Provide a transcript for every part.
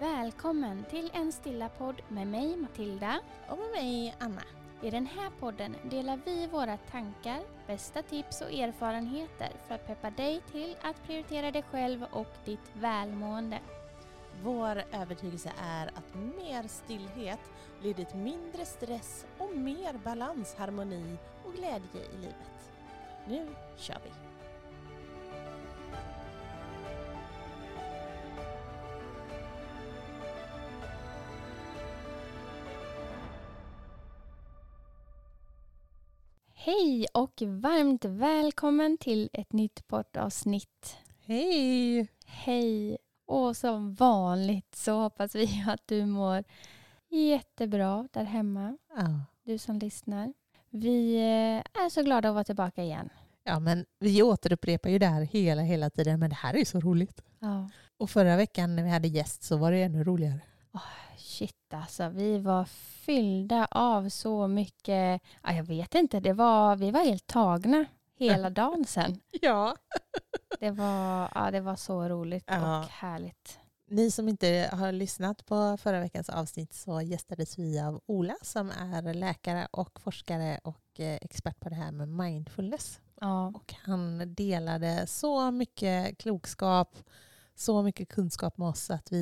Välkommen till en stilla podd med mig Matilda och med mig Anna. I den här podden delar vi våra tankar, bästa tips och erfarenheter för att peppa dig till att prioritera dig själv och ditt välmående. Vår övertygelse är att mer stillhet leder till mindre stress och mer balans, harmoni och glädje i livet. Nu kör vi! Hej och varmt välkommen till ett nytt poddavsnitt. Hej! Hej! Och som vanligt så hoppas vi att du mår jättebra där hemma. Ja. Du som lyssnar. Vi är så glada att vara tillbaka igen. Ja, men vi återupprepar ju det här hela tiden, men det här är ju så roligt. Ja. Och förra veckan när vi hade gäst så var det ännu roligare. Shit alltså, vi var fyllda av så mycket, jag vet inte, vi var helt tagna hela dagen sen. Ja. Det var så roligt och härligt. Ni som inte har lyssnat på förra veckans avsnitt så gästades vi av Ola som är läkare och forskare och expert på det här med mindfulness. Ja. Och han delade så mycket klokskap, så mycket kunskap med oss att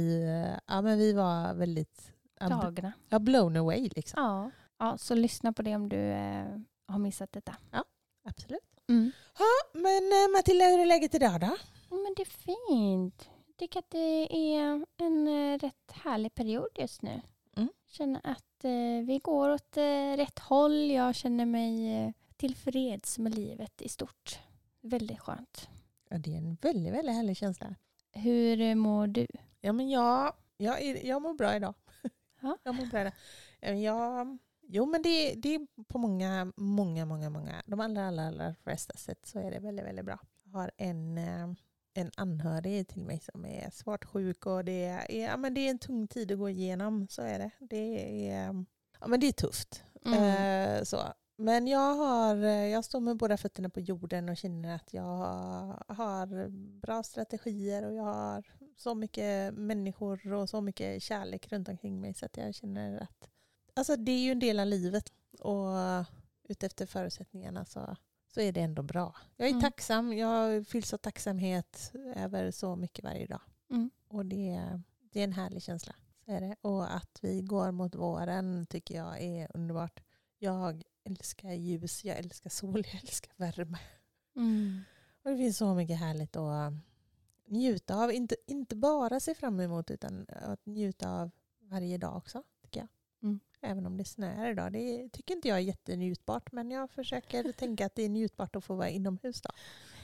vi var väldigt Tagna. Blown away liksom. Ja, så lyssna på det om du har missat detta. Ja, absolut. Mm. Ja, men Matilda, hur är läget idag då? Men det är fint. Jag tycker att det är en rätt härlig period just nu. Mm. Jag känner att vi går åt rätt håll. Jag känner mig tillfreds med livet i stort. Väldigt skönt. Ja, det är en väldigt, väldigt härlig känsla. Hur mår du? Ja, men jag mår bra idag. Ja. Jag mår bra idag. Jo, men det är på många. De allra flesta sätt så är det väldigt, väldigt bra. Jag har en anhörig till mig som är svårt sjuk och det är en tung tid att gå igenom, så är det. Det är tufft. Så. Men jag står med båda fötterna på jorden och känner att jag har bra strategier och jag har så mycket människor och så mycket kärlek runt omkring mig så att jag känner att det är ju en del av livet och utefter förutsättningarna så är det ändå bra. Jag är tacksam. Jag fylls av tacksamhet över så mycket varje dag. Mm. Och det är en härlig känsla. Så är det. Och att vi går mot våren tycker jag är underbart. Jag älskar ljus, jag älskar sol, jag älskar värme. Mm. Och det finns så mycket härligt att njuta av. Inte bara se fram emot utan att njuta av varje dag också, tycker jag. Mm. Även om det snöar idag. Det tycker inte jag är jättenjutbart, men jag försöker tänka att det är njutbart att få vara inomhus då.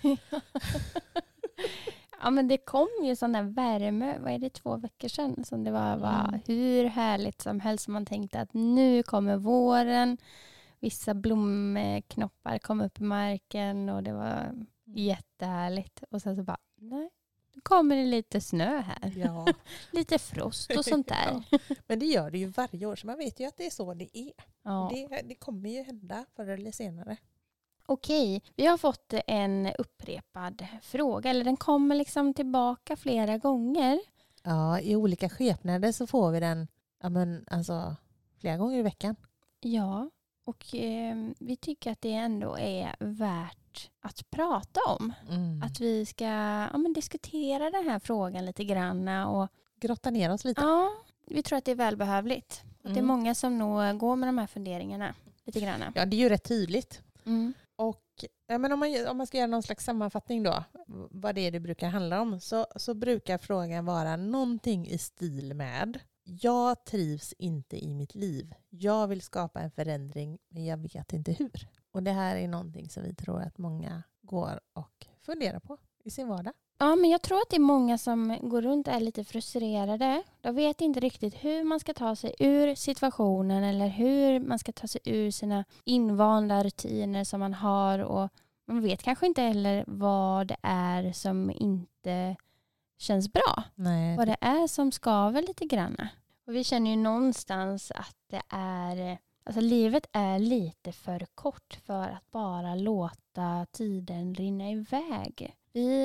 Ja, men det kom ju sån där värme, vad är det, 2 veckor sedan som det var hur härligt som helst. Man tänkte att nu kommer våren. Vissa blomknoppar kom upp i marken och det var jättehärligt. Och sen så bara, nej, nu kommer det lite snö här. Ja. Lite frost och sånt där. Ja. Men det gör det ju varje år, så man vet ju att det är så det är. Ja. Det kommer ju hända förr eller senare. Okej, vi har fått en upprepad fråga. Eller den kommer liksom tillbaka flera gånger. Ja, i olika skepnader så får vi den flera gånger i veckan. Ja, och vi tycker att det ändå är värt att prata om. Mm. Att vi ska diskutera den här frågan lite grann. Och, grotta ner oss lite. ja, vi tror att det är välbehövligt. Att det är många som nog går med de här funderingarna lite grann. Ja, det är ju rätt tydligt. Mm. Och men om man ska göra någon slags sammanfattning då, vad det brukar handla om, så brukar frågan vara någonting i stil med: jag trivs inte i mitt liv. Jag vill skapa en förändring, men jag vet inte hur. Och det här är någonting som vi tror att många går och funderar på i sin vardag. Ja, men jag tror att det är många som går runt och är lite frustrerade. De vet inte riktigt hur man ska ta sig ur situationen eller hur man ska ta sig ur sina invanda rutiner som man har. Och man vet kanske inte heller vad det är som inte känns bra. Nej. Vad det är som skaver lite grann. Och vi känner ju någonstans att det är... Alltså livet är lite för kort för att bara låta tiden rinna iväg. Vi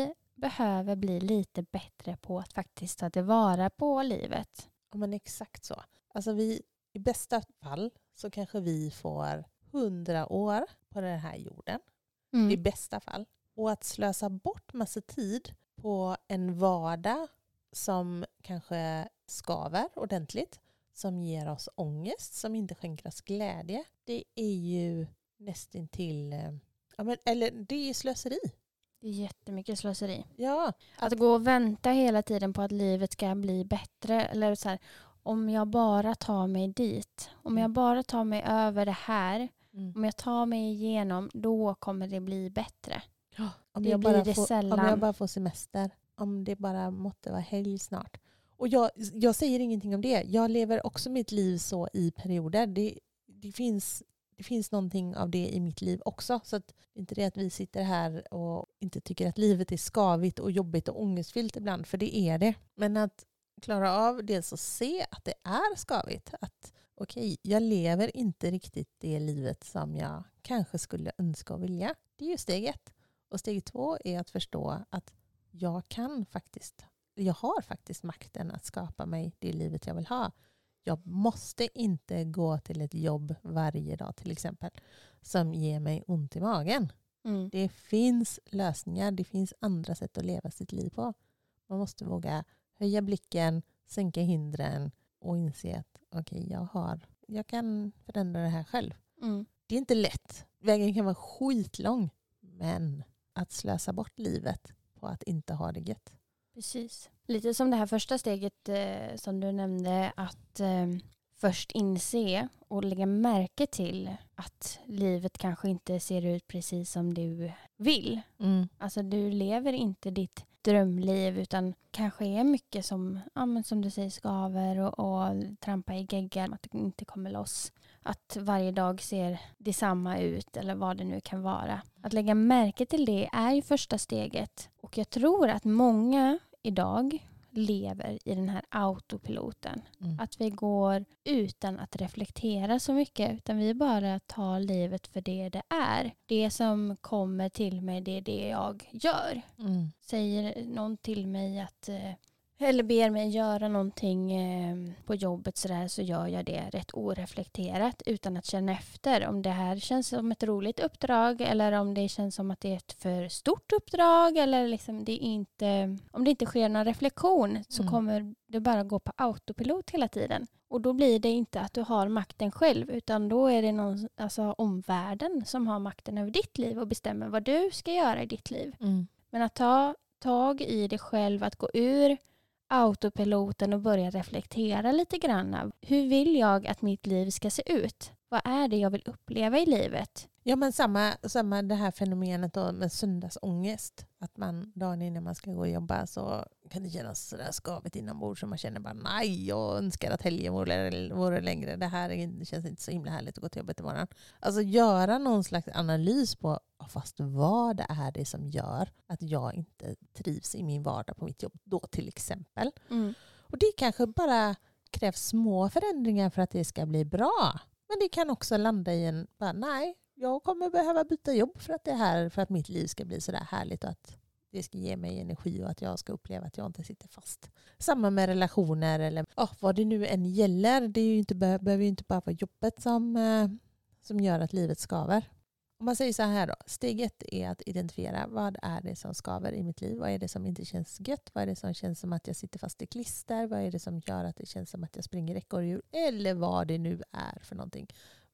behöver bli lite bättre på att faktiskt ta tillvara på livet. Ja, men exakt så. Alltså i bästa fall så kanske vi får 100 år på den här jorden. I bästa fall. Och att slösa bort massa tid på en vardag som kanske skaver ordentligt, som ger oss ångest, som inte skänker oss glädje. Det är ju nästintill, eller det är slöseri. Det är jättemycket slöseri. Ja. Att gå och vänta hela tiden på att livet ska bli bättre. Eller så här, om jag bara tar mig dit. Om jag bara tar mig över det här. Om jag tar mig igenom, då kommer det bli bättre. Ja, om jag bara får semester. Om det bara måtte vara helg snart. Och jag säger ingenting om det. Jag lever också mitt liv så i perioder. Det finns någonting av det i mitt liv också. Så att det är inte det att vi sitter här och inte tycker att livet är skavigt och jobbigt och ångestfyllt ibland. För det är det. Men att klara av dels att se att det är skavigt. Att okej, jag lever inte riktigt det livet som jag kanske skulle önska och vilja. Det är ju steg 1. Och steg 2 är att förstå att jag har faktiskt makten att skapa mig det livet jag vill ha. Jag måste inte gå till ett jobb varje dag till exempel som ger mig ont i magen. Det finns lösningar, det finns andra sätt att leva sitt liv på. Man måste våga höja blicken, sänka hindren och inse att okej, jag kan förändra det här själv. Det är inte lätt. Vägen kan vara skitlång, men att slösa bort livet på att inte ha det gött. Precis. Lite som det här första steget som du nämnde, att först inse och lägga märke till att livet kanske inte ser ut precis som du vill. Alltså du lever inte ditt drömliv utan kanske är mycket som du säger skaver och trampa i geggar, att det inte kommer loss. Att varje dag ser detsamma ut eller vad det nu kan vara. Att lägga märke till det är ju första steget. Och jag tror att många idag lever i den här autopiloten. Att vi går utan att reflektera så mycket utan vi bara tar livet för det är. Det som kommer till mig, det är det jag gör. Säger någon till mig att eller ber mig göra någonting på jobbet så gör jag det rätt oreflekterat utan att känna efter om det här känns som ett roligt uppdrag eller om det känns som att det är ett för stort uppdrag eller liksom om det inte sker någon reflektion så kommer det bara gå på autopilot hela tiden. Och då blir det inte att du har makten själv utan då är det omvärlden som har makten över ditt liv och bestämmer vad du ska göra i ditt liv. Men att ta tag i det själv, att gå ur autopiloten och börja reflektera lite grann. Hur vill jag att mitt liv ska se ut? Vad är det jag vill uppleva i livet? Ja, men samma det här fenomenet då med söndagsångest. Att man dagen innan man ska gå och jobba så kan det kännas sådär skavigt inombords så man känner bara nej, jag önskar att helgen vore längre. Det känns inte så himla härligt att gå till jobbet imorgon. Alltså göra någon slags analys på fast vad är det som gör att jag inte trivs i min vardag på mitt jobb då till exempel. Och det kanske bara krävs små förändringar för att det ska bli bra. Men det kan också landa i nej, jag kommer behöva byta jobb för att mitt liv ska bli sådär härligt och att det ska ge mig energi och att jag ska uppleva att jag inte sitter fast. Samma med relationer eller vad det nu än gäller. Det är ju behöver ju inte bara vara jobbet som gör att livet skaver. Om man säger så här då. Steg 1 är att identifiera vad är det som skaver i mitt liv. Vad är det som inte känns gött? Vad är det som känns som att jag sitter fast i klister? Vad är det som gör att det känns som att jag springer ekorrhjul? Eller vad det nu är för någonting.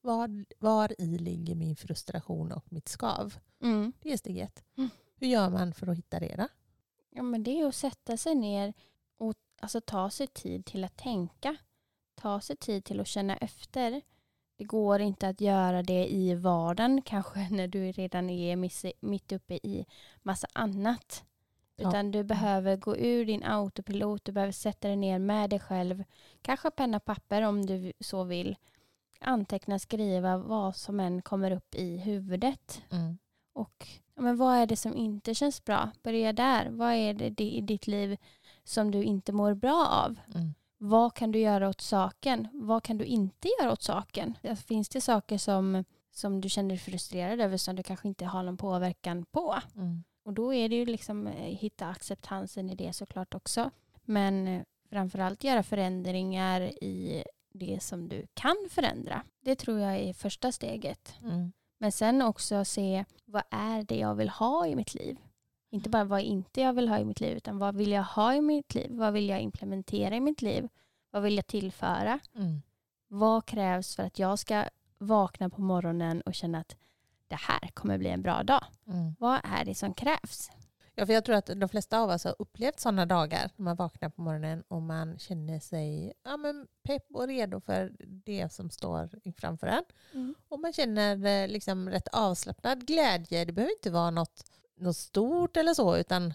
Var i ligger min frustration och mitt skav? Det är steg 1. Hur gör man för att hitta det då? Ja, men det är att sätta sig ner och ta sig tid till att tänka. Ta sig tid till att känna efter. Det går inte att göra det i vardagen kanske när du redan är mitt uppe i massa annat. Ja. Utan du behöver gå ur din autopilot. Du behöver sätta dig ner med dig själv. Kanske penna och papper om du så vill. Anteckna, skriva vad som än kommer upp i huvudet. Och men vad är det som inte känns bra? Börja där. Vad är det i ditt liv som du inte mår bra av? Vad kan du göra åt saken? Vad kan du inte göra åt saken? Alltså, finns det saker som du känner dig frustrerad över som du kanske inte har någon påverkan på? Och då är det ju liksom hitta acceptansen i det såklart också. Men framförallt göra förändringar i det som du kan förändra. Det tror jag är första steget. Men sen också se vad är det jag vill ha i mitt liv. Inte bara vad inte jag vill ha i mitt liv, utan vad vill jag ha i mitt liv? Vad vill jag implementera i mitt liv? Vad vill jag tillföra? Vad krävs för att jag ska vakna på morgonen och känna att det här kommer bli en bra dag? Vad är det som krävs? Ja, för jag tror att de flesta av oss har upplevt sådana dagar när man vaknar på morgonen och man känner sig pepp och redo för det som står framför en. Och man känner liksom rätt avslappnad glädje. Det behöver inte vara något stort eller så, utan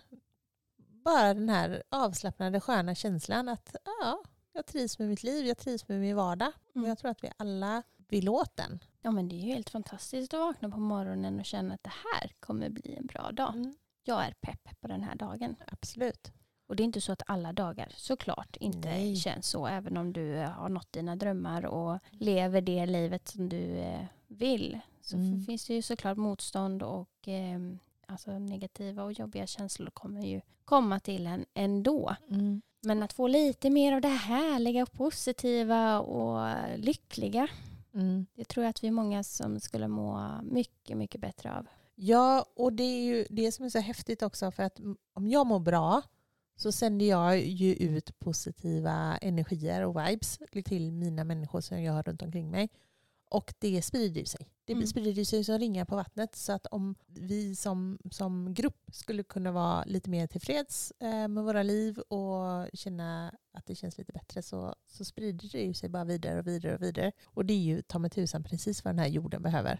bara den här avslappnade sköna känslan att jag trivs med mitt liv, jag trivs med min vardag. Och jag tror att vi alla vill åt den. Ja, men det är ju helt fantastiskt att vakna på morgonen och känna att det här kommer bli en bra dag. Jag är pepp på den här dagen. Absolut. Och det är inte så att alla dagar såklart inte känns så. Även om du har nått dina drömmar och lever det livet som du vill. Så finns det ju såklart motstånd och alltså negativa och jobbiga känslor kommer ju komma till en ändå. Men att få lite mer av det härliga och positiva och lyckliga. Det tror jag att vi är många som skulle må mycket, mycket bättre av. Ja, och det är ju det som är så häftigt också, för att om jag mår bra så sänder jag ju ut positiva energier och vibes till mina människor som jag har runt omkring mig. Och det sprider sig. Det sprider sig som ringar på vattnet. Så att om vi som grupp skulle kunna vara lite mer tillfreds med våra liv och känna att det känns lite bättre, så sprider det ju sig bara vidare och vidare och vidare. Och det är ju ta mig tusan precis vad den här jorden behöver.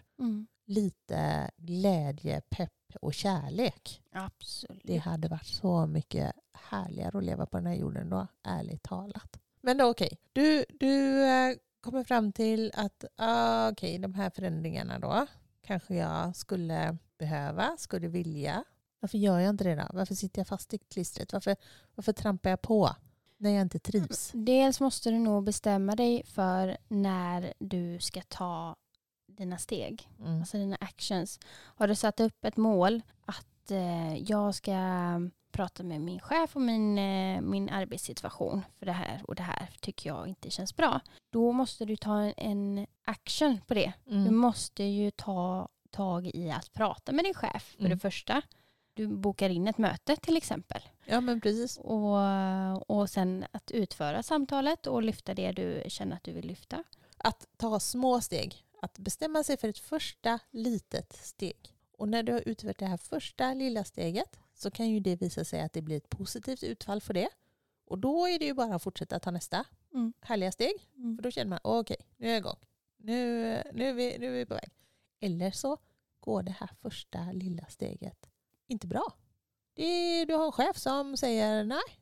Lite glädje, pepp och kärlek. Absolut. Det hade varit så mycket härligare att leva på den här jorden då, ärligt talat. Men då okej. Du kommer fram till att de här förändringarna då kanske jag skulle vilja. Varför gör jag inte det då? Varför sitter jag fast i klistret? Varför trampar jag på när jag inte trivs? Dels måste du nog bestämma dig för när du ska ta dina steg. Alltså dina actions. Har du satt upp ett mål att jag ska prata med min chef om min arbetssituation för det här och det här tycker jag inte känns bra. Då måste du ta en action på det. Du måste ju ta tag i att prata med din chef för det första. Du bokar in ett möte till exempel. Ja, men precis. Och sen att utföra samtalet och lyfta det du känner att du vill lyfta. Att ta små steg. Att bestämma sig för ett första litet steg. Och när du har utfört det här första lilla steget så kan ju det visa sig att det blir ett positivt utfall för det. Och då är det ju bara att fortsätta ta nästa härliga steg. För då känner man, okej, nu är jag igång. Nu är vi på väg. Eller så går det här första lilla steget inte bra. Du har en chef som säger,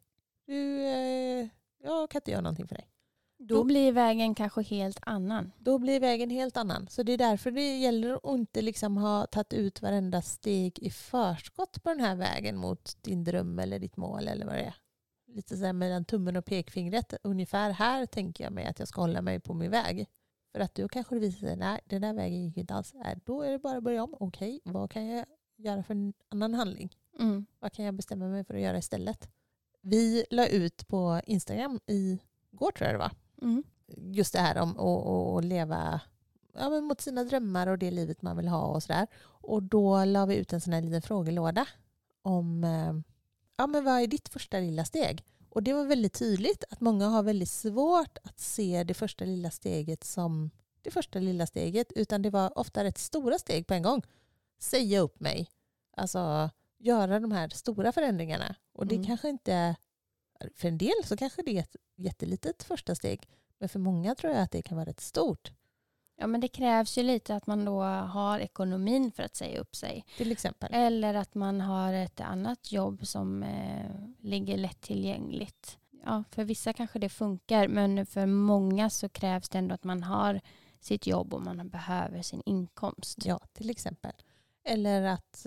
nej, jag kan inte göra någonting för dig. Då blir vägen kanske helt annan. Så det är därför det gäller att inte liksom ha tagit ut varenda steg i förskott på den här vägen mot din dröm eller ditt mål eller vad det är. Lite så här mellan tummen och pekfingret. Ungefär här tänker jag mig att jag ska hålla mig på min väg. För att då kanske det visar sig, nej, den där vägen gick inte alls. Då är det bara att börja om. Okej, vad kan jag göra för en annan handling? Vad kan jag bestämma mig för att göra istället? Vi la ut på Instagram igår tror jag det var. Just det här om att leva mot sina drömmar och det livet man vill ha och sådär. Och då la vi ut en sån här liten frågelåda om vad är ditt första lilla steg? Och det var väldigt tydligt att många har väldigt svårt att se det första lilla steget som det första lilla steget, utan det var ofta rätt stora steg på en gång. Säga upp mig. Alltså göra de här stora förändringarna. Och det kanske inte, för en del så kanske det är ett jättelitet första steg. Men för många tror jag att det kan vara rätt stort. Ja, men det krävs ju lite att man då har ekonomin för att säga upp sig. Till exempel. Eller att man har ett annat jobb som ligger lätt tillgängligt. Ja, för vissa kanske det funkar, men för många så krävs det ändå att man har sitt jobb och man behöver sin inkomst. Ja, till exempel. Eller att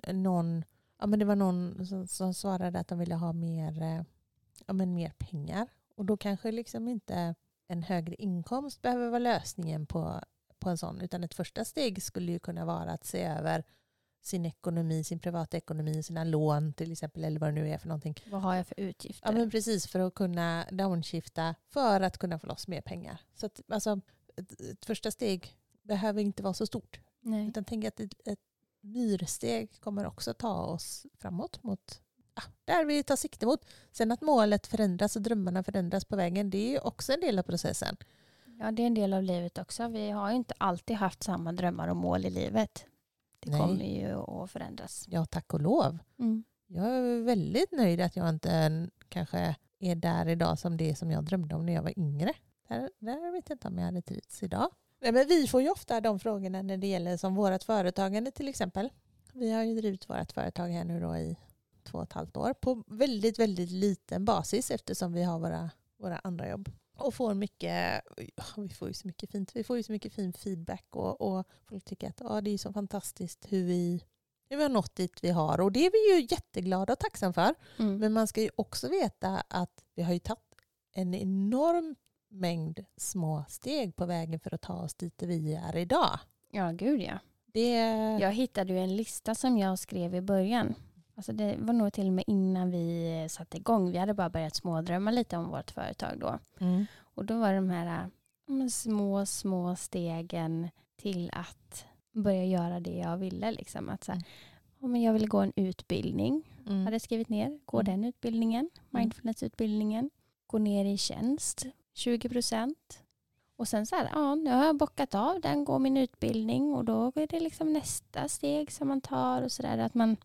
det var någon som svarade att de ville ha mer pengar. Och då kanske liksom inte en högre inkomst behöver vara lösningen på en sån. Utan ett första steg skulle ju kunna vara att se över sin ekonomi, sin privata ekonomi, sina lån till exempel, eller vad det nu är för någonting. Vad har jag för utgifter? Ja, men precis, för att kunna downshifta för att kunna få loss mer pengar. Så att, alltså, ett första steg behöver inte vara så stort. Nej. Utan tänk att ett myrsteg kommer också ta oss framåt mot där vi tar sikte mot. Sen att målet förändras och drömmarna förändras på vägen, det är också en del av processen. Ja, det är en del av livet också. Vi har ju inte alltid haft samma drömmar och mål i livet. Det kommer ju att förändras. Ja, tack och lov. Mm. Jag är väldigt nöjd att jag inte kanske är där idag som det som jag drömde om när jag var yngre. Där vet jag inte om jag hade trivts idag. Nej, men vi får ju ofta de frågorna när det gäller som vårt företagande till exempel. Vi har ju drivit vårt företag här nu då i 2,5 år på väldigt, väldigt liten basis eftersom vi har våra andra jobb. Och får mycket, vi får ju så mycket fint. Vi får ju så mycket fin feedback och folk tycker att det är så fantastiskt hur vi har nått dit vi har. Och det är vi ju jätteglada och tacksamma för. Mm. Men man ska ju också veta att vi har ju tagit en enorm mängd små steg på vägen för att ta oss dit där vi är idag. Ja, gud ja. Jag hittade ju en lista som jag skrev i början. Alltså det var nog till och med innan vi satte igång. Vi hade bara börjat smådrömma lite om vårt företag då. Mm. Och då var det de här små stegen till att börja göra det jag ville. Liksom. Att så här, men jag ville gå en utbildning. Hade skrivit ner. Gå den utbildningen. Mindfulness-utbildningen. Gå ner i tjänst. 20%. Och sen så här, nu har jag bockat av den. Gå min utbildning. Och då är det liksom nästa steg som man tar. Och så där. Att man...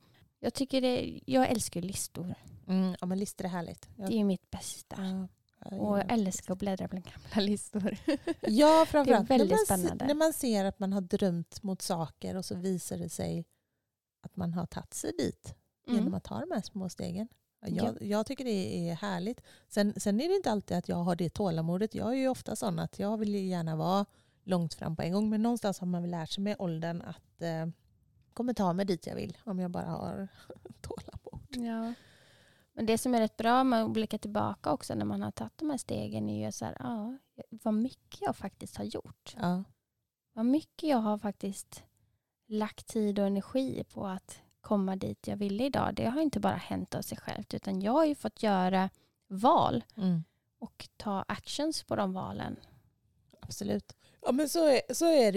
Jag älskar listor. Ja, men listor är härligt. Det är mitt bästa. Och jag älskar att bläddra bland gamla listor. Ja, framförallt det är väldigt spännande. När man ser att man har drömt mot saker och så visar det sig att man har tagit sig dit genom att ta de här små stegen. Jag tycker det är härligt. Sen är det inte alltid att jag har det tålamodet. Jag är ju ofta sån att jag vill gärna vara långt fram på en gång. Men någonstans har man väl lärt sig med åldern att kommer ta mig dit jag vill om jag bara har tålamod. Ja. Men det som är rätt bra med att blicka tillbaka också när man har tagit de här stegen är ju så här, vad mycket jag faktiskt har gjort. Ja. Vad mycket jag har faktiskt lagt tid och energi på att komma dit jag ville idag. Det har inte bara hänt av sig självt utan jag har ju fått göra val och ta actions på de valen. Absolut. Ja, men så är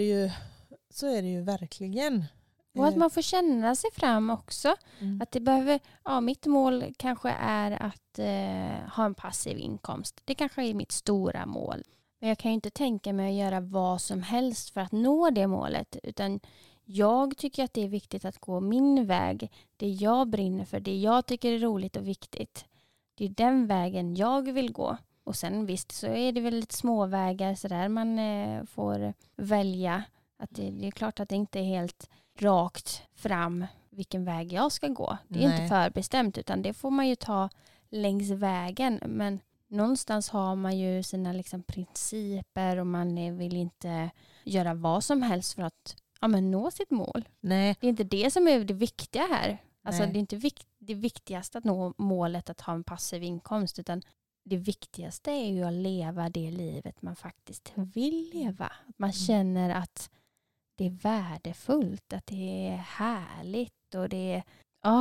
det ju verkligen. Och att man får känna sig fram också. Att det behöver, mitt mål kanske är att ha en passiv inkomst. Det kanske är mitt stora mål. Men jag kan ju inte tänka mig att göra vad som helst för att nå det målet. Utan jag tycker att det är viktigt att gå min väg. Det jag brinner för, det jag tycker är roligt och viktigt. Det är den vägen jag vill gå. Och sen visst så är det väl lite små vägar så där man får välja. Att det är klart att det inte är helt rakt fram vilken väg jag ska gå. Det är inte förbestämt utan det får man ju ta längs vägen. Men någonstans har man ju sina liksom principer och man vill inte göra vad som helst för att nå sitt mål. Nej. Det är inte det som är det viktiga här. Alltså det är inte det viktigaste att nå målet att ha en passiv inkomst utan det viktigaste är ju att leva det livet man faktiskt vill leva. Att man känner att det är värdefullt, att det är härligt och det är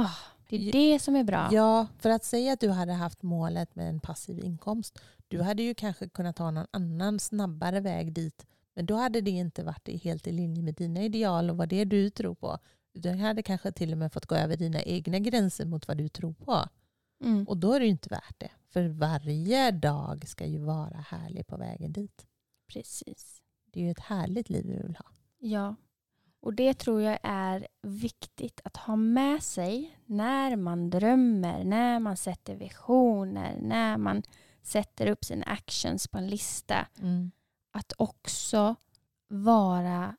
det som är bra. Ja, för att säga att du hade haft målet med en passiv inkomst. Du hade ju kanske kunnat ta någon annan snabbare väg dit. Men då hade det inte varit helt i linje med dina ideal och vad det är du tror på. Du hade kanske till och med fått gå över dina egna gränser mot vad du tror på. Och då är det ju inte värt det. För varje dag ska ju vara härlig på vägen dit. Precis. Det är ju ett härligt liv vi vill ha. Ja, och det tror jag är viktigt att ha med sig när man drömmer, när man sätter visioner, när man sätter upp sina actions på en lista. Att också vara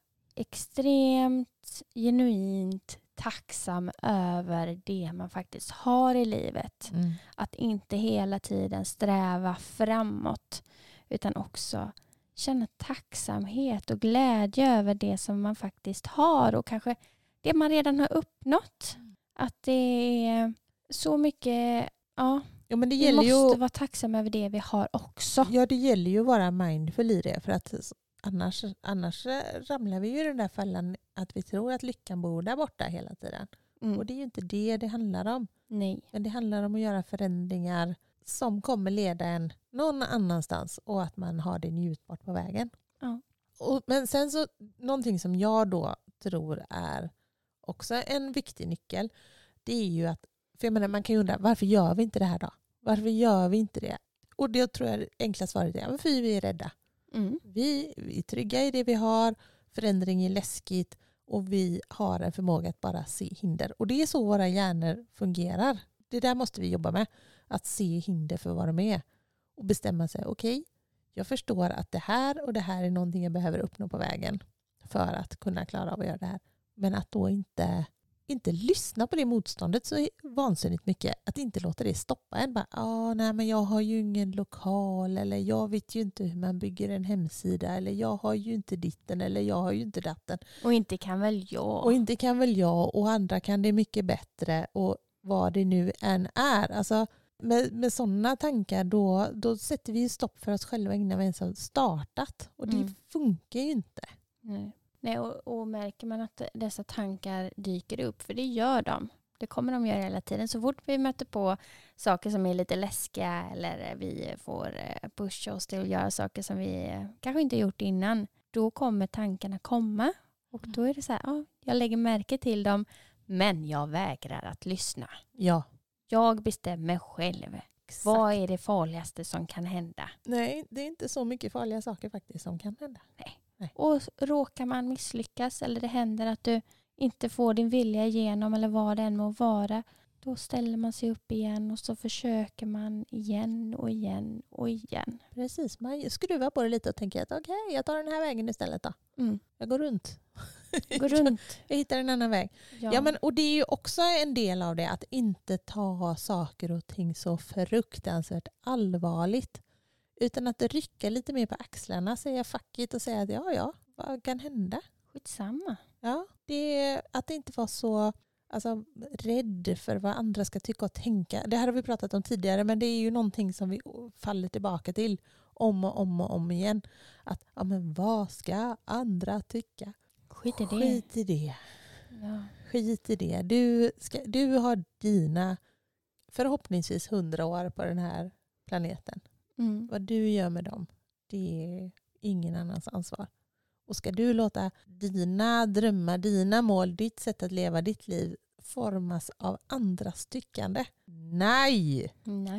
extremt genuint tacksam över det man faktiskt har i livet. Att inte hela tiden sträva framåt utan också känna tacksamhet och glädje över det som man faktiskt har och kanske det man redan har uppnått. Att det är så mycket, men det vi måste vara tacksamma över det vi har också. Ja, det gäller ju att vara mindful i det för att Annars ramlar vi ju i den där fällan att vi tror att lyckan bor där borta hela tiden. Och det är ju inte det handlar om. Nej. Men det handlar om att göra förändringar som kommer leda en någon annanstans och att man har det njutbart på vägen. Ja. Men sen så, någonting som jag då tror är också en viktig nyckel, det är ju att, för jag menar, man kan ju undra, varför gör vi inte det här då? Varför gör vi inte det? Och det tror jag det enkla svaret är, för vi är rädda. Vi är trygga i det vi har, förändring är läskigt och vi har en förmåga att bara se hinder. Och det är så våra hjärnor fungerar. Det där måste vi jobba med, att se hinder för vad de är. Och bestämma sig, okej, jag förstår att det här och det här är någonting jag behöver uppnå på vägen för att kunna klara av att göra det här. Men att då inte lyssna på det motståndet så vansinnigt mycket. Att inte låta det stoppa en. Bara, nej, men jag har ju ingen lokal, eller jag vet ju inte hur man bygger en hemsida, eller jag har ju inte ditten, eller jag har ju inte datten. Och inte kan väl jag. Och andra kan det mycket bättre, och vad det nu än är. Alltså, med sådana tankar då sätter vi stopp för oss själva innan vi ens har startat. Och det funkar ju inte. Nej, och märker man att dessa tankar dyker upp, för det gör de. Det kommer de göra hela tiden. Så fort vi möter på saker som är lite läskiga, eller vi får pusha oss till att göra saker som vi kanske inte gjort innan, då kommer tankarna komma. Och då är det så här, jag lägger märke till dem, men jag vägrar att lyssna. Ja. Jag bestämmer själv. Exakt. Vad är det farligaste som kan hända? Nej, det är inte så mycket farliga saker faktiskt som kan hända. Nej. Och råkar man misslyckas, eller det händer att du inte får din vilja igenom, eller vad det än må vara, då ställer man sig upp igen och så försöker man igen och igen och igen. Precis, man skruvar på det lite och tänker att okej, jag tar den här vägen istället då. Jag går runt. Jag hittar en annan väg. Ja, men, och det är ju också en del av det, att inte ta saker och ting så fruktansvärt allvarligt. Utan att rycka lite mer på axlarna, säga fuck it och säga att ja, vad kan hända? Skitsamma. Ja, att inte vara så rädd för vad andra ska tycka och tänka. Det här har vi pratat om tidigare, men det är ju någonting som vi faller tillbaka till om och om igen. Att, men vad ska andra tycka? Skit i det. Ja. Skit i det. Du har dina förhoppningsvis 100 år på den här planeten. Vad du gör med dem, det är ingen annans ansvar. Och ska du låta dina drömmar, dina mål, ditt sätt att leva ditt liv formas av andras tyckande? Nej,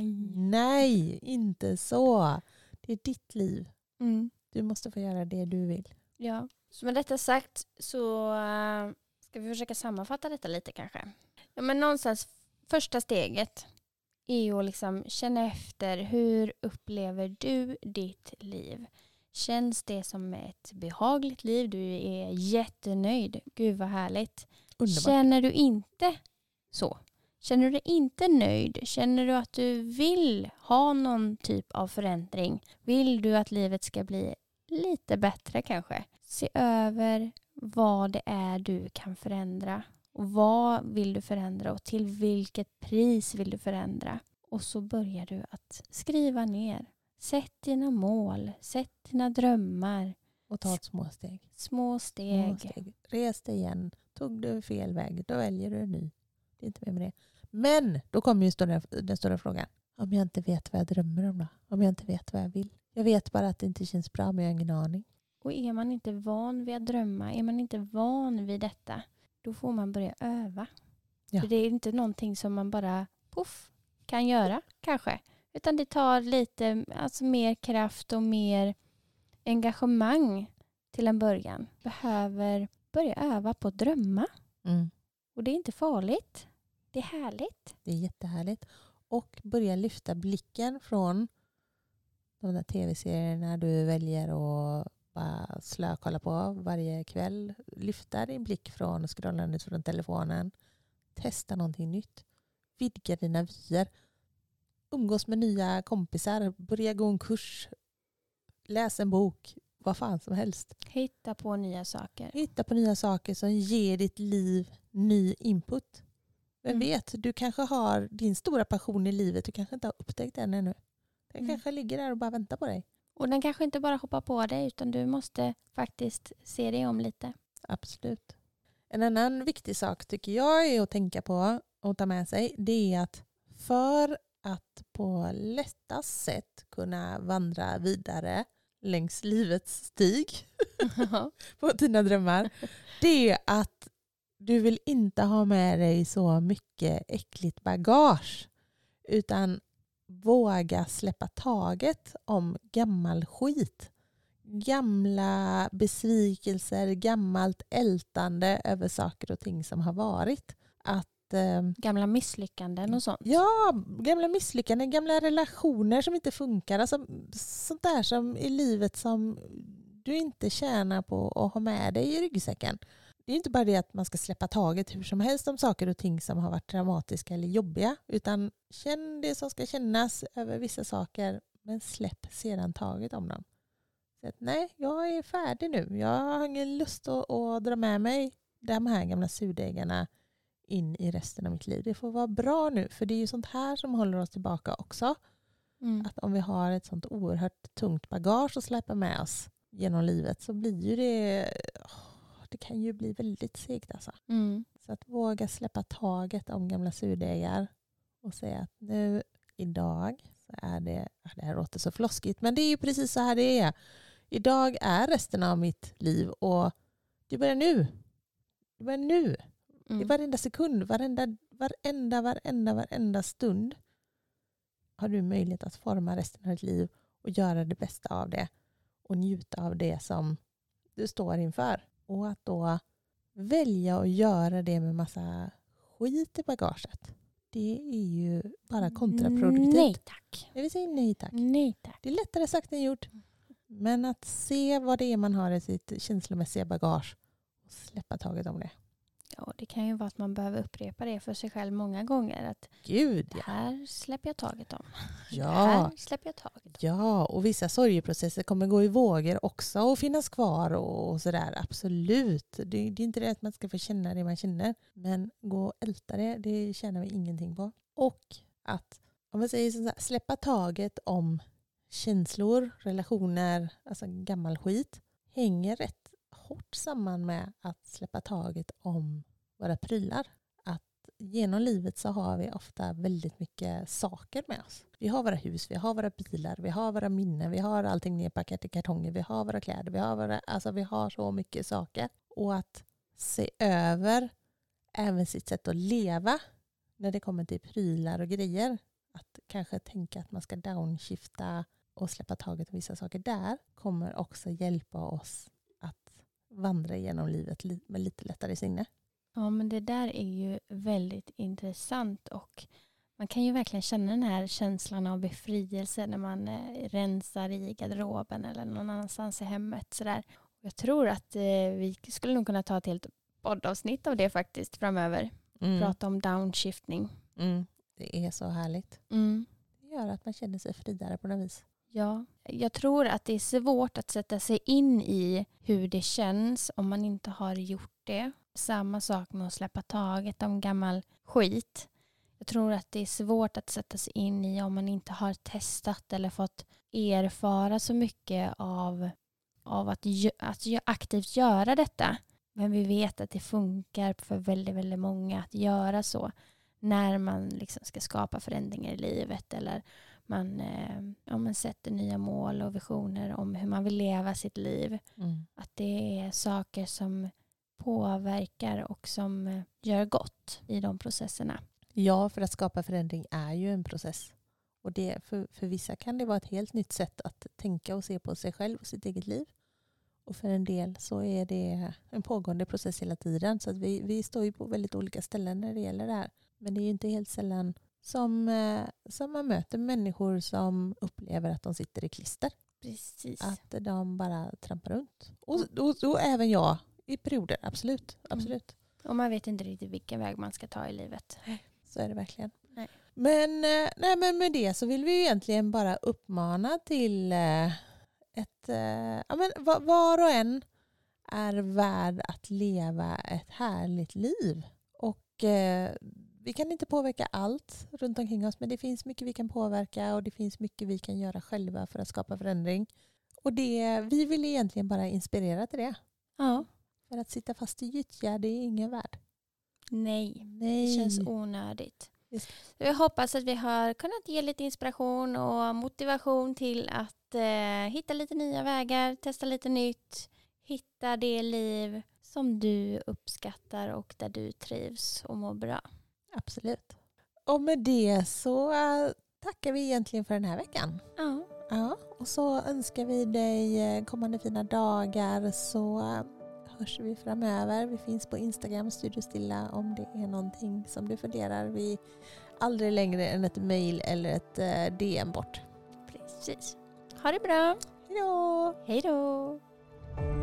inte så. Det är ditt liv. Du måste få göra det du vill. Ja, så med detta sagt så ska vi försöka sammanfatta detta lite kanske. Ja, men någonstans första steget är ju att liksom känna efter, hur upplever du ditt liv? Känns det som ett behagligt liv? Du är jättenöjd. Gud vad härligt. Underbart. Känner du inte så? Känner du dig inte nöjd? Känner du att du vill ha någon typ av förändring? Vill du att livet ska bli lite bättre kanske? Se över vad det är du kan förändra. Och vad vill du förändra och till vilket pris vill du förändra? Och så börjar du att skriva ner. Sätt dina mål, sätt dina drömmar. Och ta ett små steg. Små steg. Res dig igen. Tog du fel väg, då väljer du en ny. Det är inte mer med det. Men då kommer ju den stora frågan. Om jag inte vet vad jag drömmer om då? Om jag inte vet vad jag vill? Jag vet bara att det inte känns bra, men jag har ingen aning. Och är man inte van vid att drömma, är man inte van vid detta, då får man börja öva. Ja. För det är inte någonting som man bara kan göra kanske. Utan det tar lite mer kraft och mer engagemang till en början. Behöver börja öva på att drömma. Och det är inte farligt. Det är härligt. Det är jättehärligt. Och börja lyfta blicken från de där tv-serierna du väljer att bara slökolla på varje kväll. Lyfta din blick från scrollandet från telefonen. Testa någonting nytt. Vidga dina vyer. Umgås med nya kompisar. Börja gå en kurs. Läs en bok. Vad fan som helst. Hitta på nya saker. Hitta på nya saker som ger ditt liv ny input. Vem vet, du kanske har din stora passion i livet. Du kanske inte har upptäckt den ännu. Den kanske ligger där och bara väntar på dig. Och den kanske inte bara hoppar på dig, utan du måste faktiskt se dig om lite. Absolut. En annan viktig sak tycker jag är att tänka på och ta med sig, det är att för att på lättast sätt kunna vandra vidare längs livets stig på dina drömmar, det är att du vill inte ha med dig så mycket äckligt bagage, utan våga släppa taget om gammal skit. Gamla besvikelser, gammalt ältande över saker och ting som har varit. Gamla misslyckanden och sånt. Ja, gamla misslyckanden, gamla relationer som inte funkar. Alltså, sånt där som i livet som du inte tjänar på att ha med dig i ryggsäcken. Det är inte bara det att man ska släppa taget hur som helst om saker och ting som har varit dramatiska eller jobbiga. Utan känn det som ska kännas över vissa saker, men släpp sedan taget om dem. Så att, nej, jag är färdig nu. Jag har ingen lust att dra med mig de här gamla surdegarna in i resten av mitt liv. Det får vara bra nu, för det är ju sånt här som håller oss tillbaka också. Att om vi har ett sånt oerhört tungt bagage att släppa med oss genom livet, så blir ju det kan ju bli väldigt segt alltså. Så att våga släppa taget om gamla surdegar och säga att nu, idag, så är det här låter så floskigt, men det är ju precis så här det är. Idag är resten av mitt liv och det börjar nu. Det börjar nu. I varenda sekund, varenda stund har du möjlighet att forma resten av ditt liv och göra det bästa av det och njuta av det som du står inför. Och att då välja att göra det med massa skit i bagaget, det är ju bara kontraproduktivt. Nej tack. Jag vill säga nej tack. Nej tack. Det är lättare sagt än gjort. Men att se vad det är man har i sitt känslomässiga bagage och släppa taget om det. Ja, det kan ju vara att man behöver upprepa det för sig själv många gånger. Att Gud, det här släpper jag taget om. Ja. Det här släpper jag taget om. Ja, och vissa sorgeprocesser kommer gå i vågor också och finnas kvar och sådär. Absolut. Det är inte det att man ska få känna det man känner. Men gå och älta det tjänar vi ingenting på. Och att, om man säger så här, släppa taget om känslor, relationer, alltså gammal skit, hänger rätt hårt samman med att släppa taget om våra prylar. Att genom livet så har vi ofta väldigt mycket saker med oss. Vi har våra hus, vi har våra bilar, vi har våra minnen, vi har allting nedpackat i kartonger, vi har våra kläder, vi har så mycket saker. Och att se över även sitt sätt att leva när det kommer till prylar och grejer. Att kanske tänka att man ska downshifta och släppa taget om vissa saker där kommer också hjälpa oss att vandra genom livet med lite lättare sinne. Ja, men det där är ju väldigt intressant och man kan ju verkligen känna den här känslan av befrielse när man rensar i garderoben eller någon annanstans i hemmet. Sådär. Jag tror att vi skulle nog kunna ta ett helt poddavsnitt av det faktiskt framöver. Prata om downshiftning. Det är så härligt. Det gör att man känner sig friare på något vis. Ja, jag tror att det är svårt att sätta sig in i hur det känns om man inte har gjort det. Samma sak med att släppa taget om gammal skit. Jag tror att det är svårt att sätta sig in i om man inte har testat eller fått erfara så mycket av att aktivt göra detta. Men vi vet att det funkar för väldigt, väldigt många att göra så när man liksom ska skapa förändringar i livet eller man sätter nya mål och visioner om hur man vill leva sitt liv. Att det är saker som påverkar och som gör gott i de processerna. Ja, för att skapa förändring är ju en process. Och det, för vissa kan det vara ett helt nytt sätt att tänka och se på sig själv och sitt eget liv. Och för en del så är det en pågående process hela tiden. Så att vi står ju på väldigt olika ställen när det gäller det här. Men det är ju inte helt sällan som man möter människor som upplever att de sitter i klister. Precis. Att de bara trampar runt. Och även jag i perioder, absolut. Och man vet inte riktigt vilken väg man ska ta i livet. Så är det verkligen. Nej. Men med det så vill vi ju egentligen bara uppmana till var och en är värd att leva ett härligt liv. Och vi kan inte påverka allt runt omkring oss, men det finns mycket vi kan påverka och det finns mycket vi kan göra själva för att skapa förändring. Och vi vill egentligen bara inspirera till det. Ja. För att sitta fast i gyttja, det är ingen värld. Nej, Nej. det känns onödigt. Just. Jag hoppas att vi har kunnat ge lite inspiration och motivation till att hitta lite nya vägar, testa lite nytt, hitta det liv som du uppskattar och där du trivs och mår bra. Absolut. Och med det så tackar vi egentligen för den här veckan. Ja. Ja, och så önskar vi dig kommande fina dagar, så hörs vi framöver. Vi finns på Instagram, Studio Stilla, om det är någonting som du funderar. Vi är aldrig längre än ett mejl eller ett DM bort. Precis. Ha det bra. Hej då! Hej då!